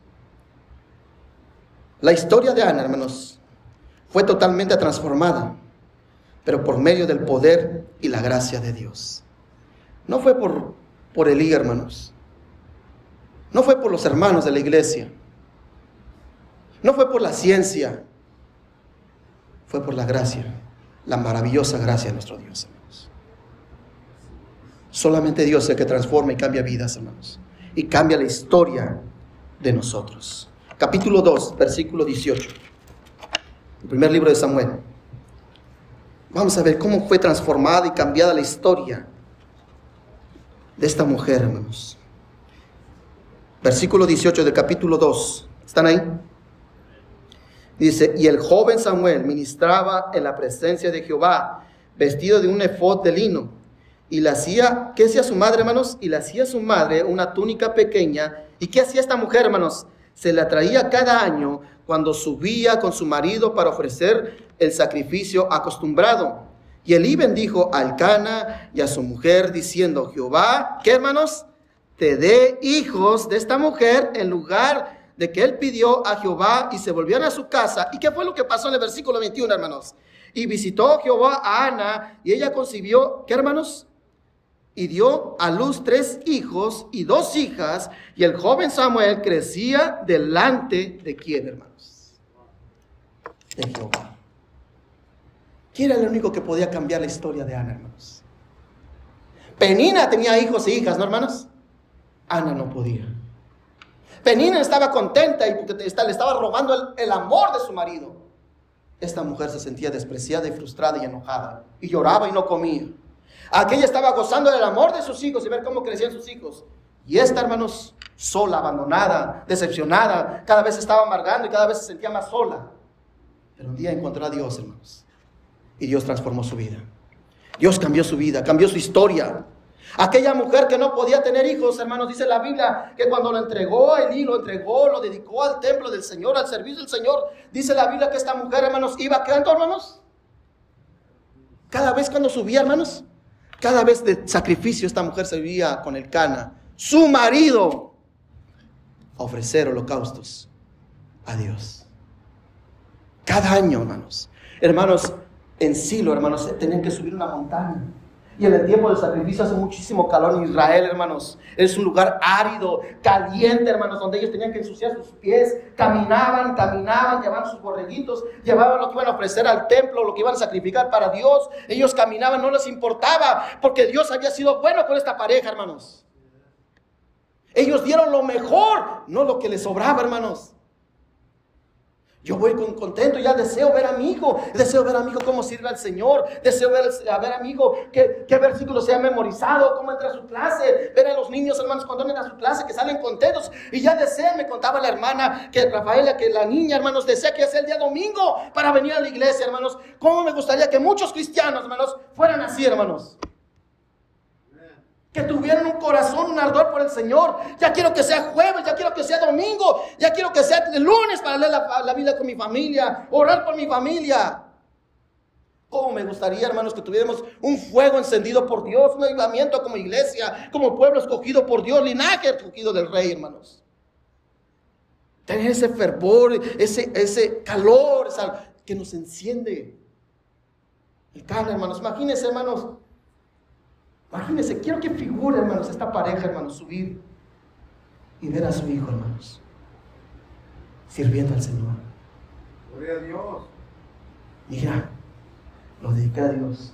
La historia de Ana, hermanos, fue totalmente transformada, pero por medio del poder y la gracia de Dios. No fue por Elí, hermanos. No fue por los hermanos de la iglesia. No fue por la ciencia. fue por la gracia, la maravillosa gracia de nuestro Dios, hermanos. Solamente Dios es el que transforma y cambia vidas, hermanos, y cambia la historia de nosotros. Capítulo 2, versículo 18. El primer libro de Samuel. Vamos a ver cómo fue transformada y cambiada la historia de esta mujer, hermanos. Versículo 18 del capítulo 2. ¿Están ahí? Dice: y el joven Samuel ministraba en la presencia de Jehová, vestido de un efod de lino. Y le hacía, ¿qué hacía su madre, hermanos? Y le hacía a su madre una túnica pequeña. ¿Y qué hacía esta mujer, hermanos? Se la traía cada año cuando subía con su marido para ofrecer el sacrificio acostumbrado. Y Elí bendijo a Elcana y a su mujer, diciendo: Jehová, ¿qué, hermanos? Te dé hijos de esta mujer en lugar de que él pidió a Jehová. Y se volvieron a su casa. ¿Y qué fue lo que pasó en el versículo 21, hermanos? Y visitó Jehová a Ana, y ella concibió, ¿qué, hermanos? Y dio a luz 3 hijos y 2 hijas, y el joven Samuel crecía delante de ¿quién, hermanos? De Jehová. ¿Quién era el único que podía cambiar la historia de Ana, hermanos? Penina tenía hijos e hijas, ¿no, hermanos? Ana no podía. Penina estaba contenta y porque le estaba robando el amor de su marido. Esta mujer se sentía despreciada y frustrada y enojada, y lloraba y no comía. Aquella estaba gozando del amor de sus hijos y ver cómo crecían sus hijos. Y esta, hermanos, sola, abandonada, decepcionada, cada vez estaba amargando y cada vez se sentía más sola. Pero un día encontró a Dios, hermanos, y Dios transformó su vida. Dios cambió su vida, cambió su historia. Aquella mujer que no podía tener hijos, hermanos, dice la Biblia que cuando lo entregó a Elí, lo dedicó al templo del Señor, al servicio del Señor. Dice la Biblia que esta mujer, hermanos, iba quedando, hermanos. Cada vez cuando subía, hermanos, cada vez de sacrificio, esta mujer servía con Elcana, su marido, a ofrecer holocaustos a Dios. Cada año, hermanos. Hermanos, en Silo, hermanos, tenían que subir una montaña. Y en el tiempo del sacrificio hace muchísimo calor en Israel, hermanos. Es un lugar árido, caliente, hermanos, donde ellos tenían que ensuciar sus pies. Caminaban, llevaban sus borreguitos, llevaban lo que iban a ofrecer al templo, lo que iban a sacrificar para Dios. Ellos caminaban, no les importaba, porque Dios había sido bueno con esta pareja, hermanos. Ellos dieron lo mejor, no lo que les sobraba, hermanos. Yo voy contento, ya deseo ver a mi hijo cómo sirve al Señor, deseo ver a mi hijo qué versículo se ha memorizado, cómo entra a su clase, ver a los niños, hermanos, cuando entran a su clase, que salen contentos, y ya desean, me contaba la hermana, que Rafaela, que la niña, hermanos, desea que sea el día domingo para venir a la iglesia, hermanos. Cómo me gustaría que muchos cristianos, hermanos, fueran así, hermanos. Que tuvieran un corazón, un ardor por el Señor. Ya quiero que sea jueves, ya quiero que sea domingo, ya quiero que sea el lunes para leer la Biblia con mi familia, orar por mi familia. Cómo me gustaría, hermanos, que tuviéramos un fuego encendido por Dios, un avivamiento como iglesia, como pueblo escogido por Dios, linaje escogido del Rey, hermanos. Tener ese fervor, ese calor, que nos enciende. El calor, hermanos. Imagínense, hermanos. Imagínense, quiero que figure, hermanos, esta pareja, hermanos, subir y ver a su hijo, hermanos, sirviendo al Señor. Gloria a Dios. Mira, lo dediqué a Dios.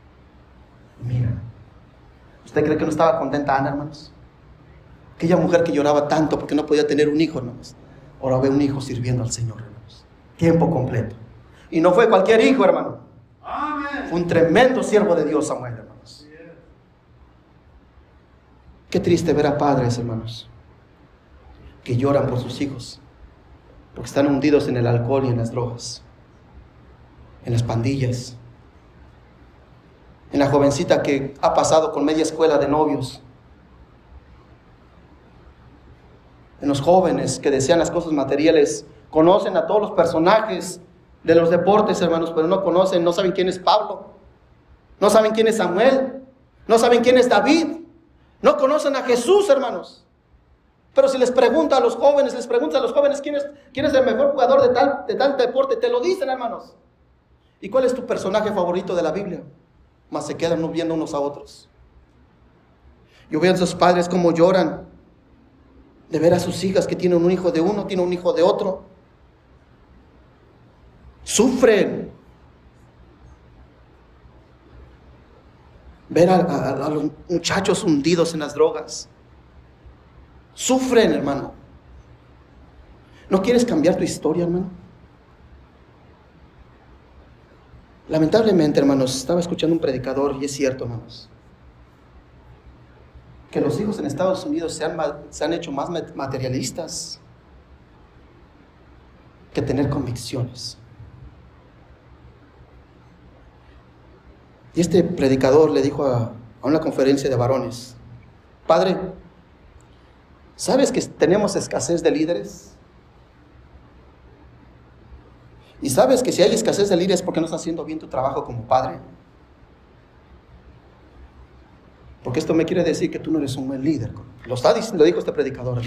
Mira, ¿usted cree que no estaba contenta Ana, hermanos? Aquella mujer que lloraba tanto porque no podía tener un hijo, hermanos, ahora ve un hijo sirviendo al Señor, hermanos, tiempo completo. Y no fue cualquier hijo, hermano. Amén. Fue un tremendo siervo de Dios, Samuel, hermanos. Qué triste ver a padres, hermanos, que lloran por sus hijos, porque están hundidos en el alcohol y en las drogas, en las pandillas, en la jovencita que ha pasado con media escuela de novios, en los jóvenes que desean las cosas materiales, conocen a todos los personajes de los deportes, hermanos, pero no saben quién es Pablo, no saben quién es Samuel, no saben quién es David. No conocen a Jesús, hermanos. Pero si les preguntan a los jóvenes, quién es el mejor jugador de tal deporte, te lo dicen, hermanos. ¿Y cuál es tu personaje favorito de la Biblia? Mas se quedan viendo unos a otros. Yo veo a esos padres cómo lloran de ver a sus hijas que tienen un hijo de uno, tienen un hijo de otro. Sufren ver a los muchachos hundidos en las drogas. Sufren, hermano. ¿No quieres cambiar tu historia, hermano? Lamentablemente, hermanos, estaba escuchando un predicador y es cierto, hermanos, que los hijos en Estados Unidos se han hecho más materialistas que tener convicciones. Y este predicador le dijo a una conferencia de varones: Padre, ¿sabes que tenemos escasez de líderes? ¿Y sabes que si hay escasez de líderes es porque no estás haciendo bien tu trabajo como padre? Porque esto me quiere decir que tú no eres un buen líder. Lo dijo este predicador.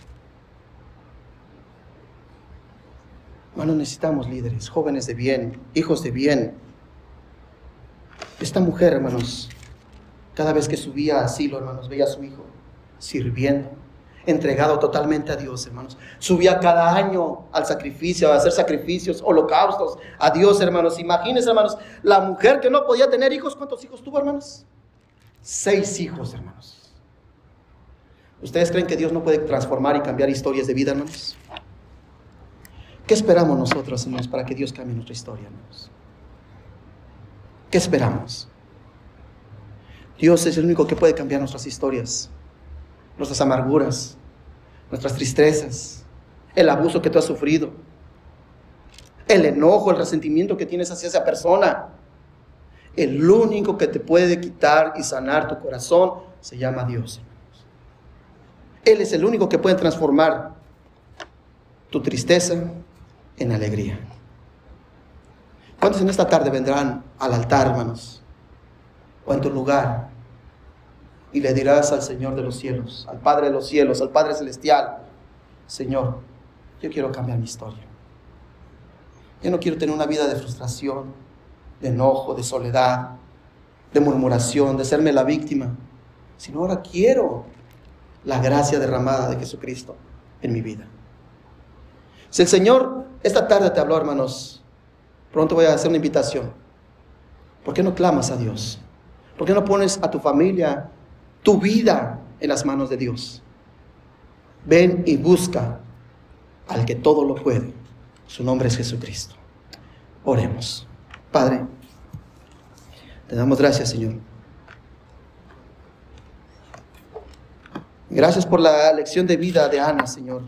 Hermanos, necesitamos líderes, jóvenes de bien, hijos de bien. Esta mujer, hermanos, cada vez que subía a asilo, hermanos, veía a su hijo sirviendo, entregado totalmente a Dios, hermanos. Subía cada año al sacrificio, a hacer sacrificios, holocaustos a Dios, hermanos. Imagínense, hermanos, la mujer que no podía tener hijos, ¿cuántos hijos tuvo, hermanos? 6 hijos, hermanos. ¿Ustedes creen que Dios no puede transformar y cambiar historias de vida, hermanos? ¿Qué esperamos nosotros, hermanos, para que Dios cambie nuestra historia, hermanos? ¿Qué esperamos? Dios es el único que puede cambiar nuestras historias, nuestras amarguras, nuestras tristezas, el abuso que tú has sufrido, el enojo, el resentimiento que tienes hacia esa persona. El único que te puede quitar y sanar tu corazón se llama Dios, hermanos. Él es el único que puede transformar tu tristeza en alegría. ¿Cuántos en esta tarde vendrán al altar, hermanos, o en tu lugar, y le dirás al Señor de los cielos, al Padre de los cielos, al Padre celestial: Señor, yo quiero cambiar mi historia. Yo no quiero tener una vida de frustración, de enojo, de soledad, de murmuración, de serme la víctima, sino ahora quiero la gracia derramada de Jesucristo en mi vida. Si el Señor esta tarde te habló, hermanos, pronto voy a hacer una invitación. ¿Por qué no clamas a Dios? ¿Por qué no pones a tu familia, tu vida en las manos de Dios? Ven y busca al que todo lo puede. Su nombre es Jesucristo. Oremos. Padre, te damos gracias, Señor. Gracias por la lección de vida de Ana, Señor.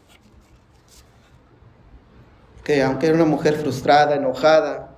Que aunque era una mujer frustrada, enojada,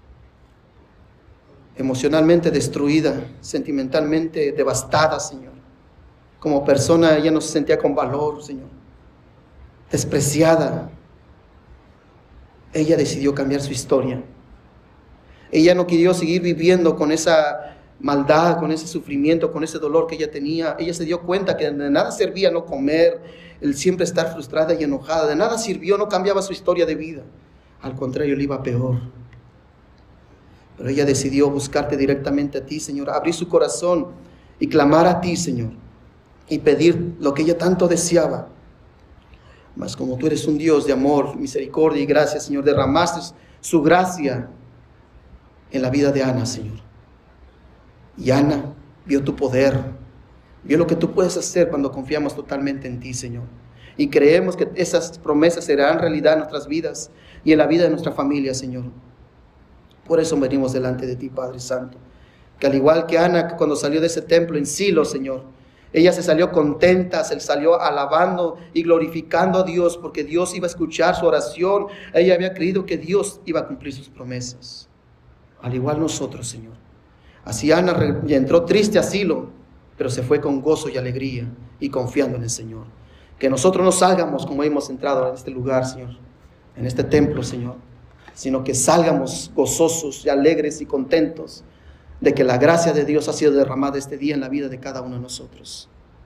emocionalmente destruida, sentimentalmente devastada, Señor, como persona ella no se sentía con valor, Señor, despreciada. Ella decidió cambiar su historia. Ella no quería seguir viviendo con esa maldad, con ese sufrimiento, con ese dolor que ella tenía. Ella se dio cuenta que de nada servía no comer, el siempre estar frustrada y enojada. De nada sirvió, no cambiaba su historia de vida. Al contrario, le iba peor. Pero ella decidió buscarte directamente a ti, Señor, abrir su corazón y clamar a ti, Señor, y pedir lo que ella tanto deseaba. Mas como tú eres un Dios de amor, misericordia y gracia, Señor, derramaste su gracia en la vida de Ana, Señor. Y Ana vio tu poder, vio lo que tú puedes hacer cuando confiamos totalmente en ti, Señor. Y creemos que esas promesas serán realidad en nuestras vidas y en la vida de nuestra familia, Señor. Por eso venimos delante de ti, Padre Santo. Que al igual que Ana, cuando salió de ese templo en Silo, Señor, ella se salió contenta, se salió alabando y glorificando a Dios, porque Dios iba a escuchar su oración. Ella había creído que Dios iba a cumplir sus promesas. Al igual nosotros, Señor. Así Ana entró triste a Silo, pero se fue con gozo y alegría y confiando en el Señor. Que nosotros no salgamos como hemos entrado en este lugar, Señor, en este templo, Señor, sino que salgamos gozosos y alegres y contentos de que la gracia de Dios ha sido derramada este día en la vida de cada uno de nosotros.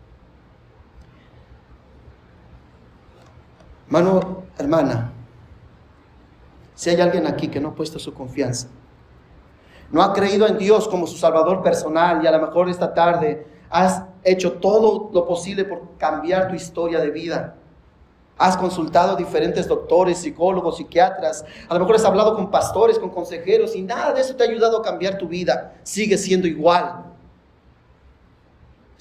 Hermano, hermana, si hay alguien aquí que no ha puesto su confianza, no ha creído en Dios como su Salvador personal, y a lo mejor esta tarde has hecho todo lo posible por cambiar tu historia de vida. Has consultado a diferentes doctores, psicólogos, psiquiatras. A lo mejor has hablado con pastores, con consejeros, y nada de eso te ha ayudado a cambiar tu vida. Sigue siendo igual.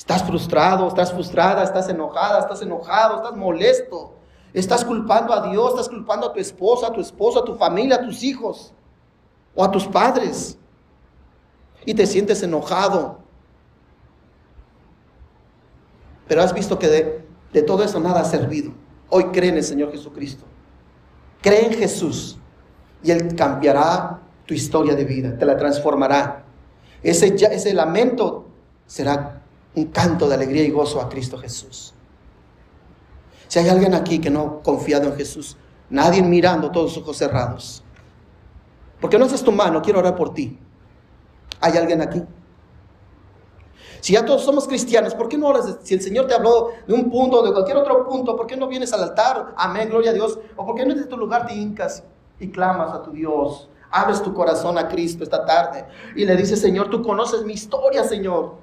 Estás frustrado, estás frustrada, estás enojada, estás enojado, estás molesto. Estás culpando a Dios, estás culpando a tu esposa, a tu esposo, a tu familia, a tus hijos o a tus padres. Y te sientes enojado. Pero has visto que de todo eso nada ha servido. Hoy cree en el Señor Jesucristo. Cree en Jesús y Él cambiará tu historia de vida, te la transformará. Ese lamento será un canto de alegría y gozo a Cristo Jesús. Si hay alguien aquí que no ha confiado en Jesús, nadie mirando, todos los ojos cerrados. ¿Por qué no haces tu mano? Quiero orar por ti. ¿Hay alguien aquí? Si ya todos somos cristianos, ¿por qué no oras? Si el Señor te habló de un punto o de cualquier otro punto, ¿por qué no vienes al altar? Amén, gloria a Dios. ¿O por qué no desde tu lugar te hincas y clamas a tu Dios? Abres tu corazón a Cristo esta tarde y le dices: Señor, tú conoces mi historia, Señor.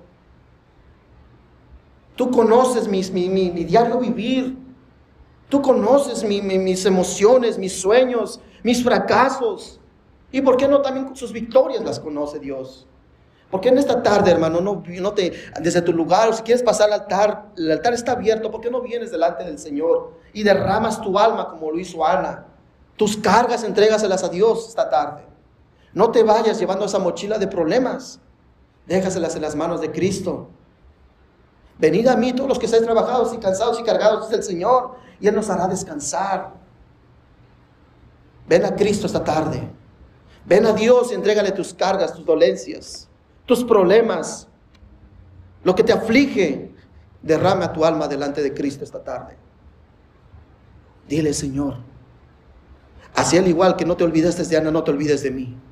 Tú conoces mi diario vivir. Tú conoces mis emociones, mis sueños, mis fracasos. ¿Y por qué no también sus victorias las conoce Dios? ¿Por qué en esta tarde, hermano, no te, desde tu lugar, o si quieres pasar al altar, el altar está abierto, ¿por qué no vienes delante del Señor y derramas tu alma como lo hizo Ana? Tus cargas, entrégaselas a Dios esta tarde. No te vayas llevando esa mochila de problemas. Déjaselas en las manos de Cristo. Venid a mí todos los que estáis trabajados y cansados y cargados, dice el Señor, y Él nos hará descansar. Ven a Cristo esta tarde. Ven a Dios y entrégale tus cargas, tus dolencias, tus problemas, lo que te aflige. Derrama tu alma delante de Cristo esta tarde. Dile: Señor, así al igual que no te olvidaste de Ana, no te olvides de mí.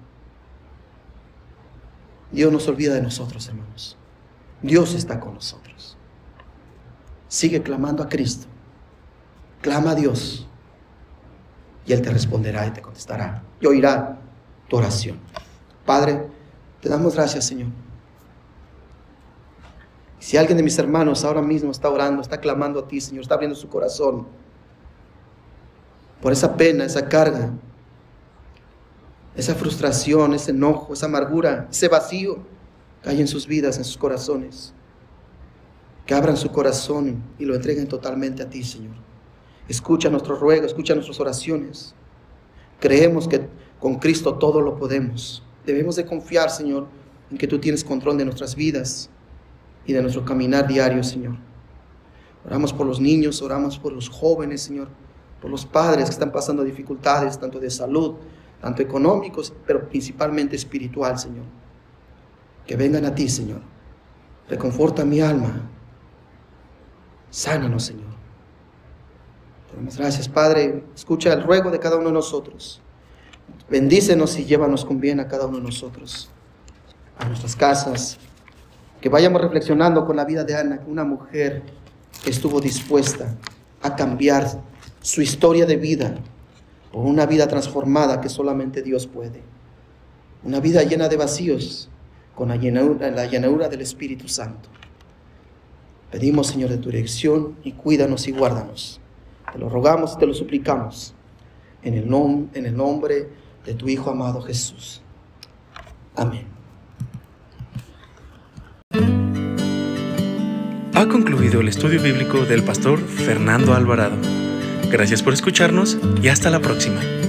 Dios no se olvida de nosotros, hermanos. Dios está con nosotros. Sigue clamando a Cristo. Clama a Dios y Él te responderá y te contestará y oirá tu oración. Padre, te damos gracias, Señor. Si alguien de mis hermanos ahora mismo está orando, está clamando a ti, Señor, está abriendo su corazón por esa pena, esa carga, esa frustración, ese enojo, esa amargura, ese vacío que hay en sus vidas, en sus corazones, que abran su corazón y lo entreguen totalmente a ti, Señor. Escucha nuestros ruegos, escucha nuestras oraciones. Creemos que con Cristo todo lo podemos. Debemos de confiar, Señor, en que tú tienes control de nuestras vidas y de nuestro caminar diario, Señor. Oramos por los niños, oramos por los jóvenes, Señor, por los padres que están pasando dificultades, tanto de salud, tanto económicos, pero principalmente espiritual, Señor. Que vengan a ti, Señor. Reconforta mi alma. Sánanos, Señor. Te damos gracias, Padre. Escucha el ruego de cada uno de nosotros. Bendícenos y llévanos con bien a cada uno de nosotros, a nuestras casas. Que vayamos reflexionando con la vida de Ana, una mujer que estuvo dispuesta a cambiar su historia de vida por una vida transformada que solamente Dios puede. Una vida llena de vacíos, con la llenura del Espíritu Santo. Pedimos, Señor, de tu dirección y cuídanos y guárdanos. Te lo rogamos y te lo suplicamos en el nombre de tu Hijo amado Jesús. Amén. Ha concluido el estudio bíblico del pastor Fernando Alvarado. Gracias por escucharnos y hasta la próxima.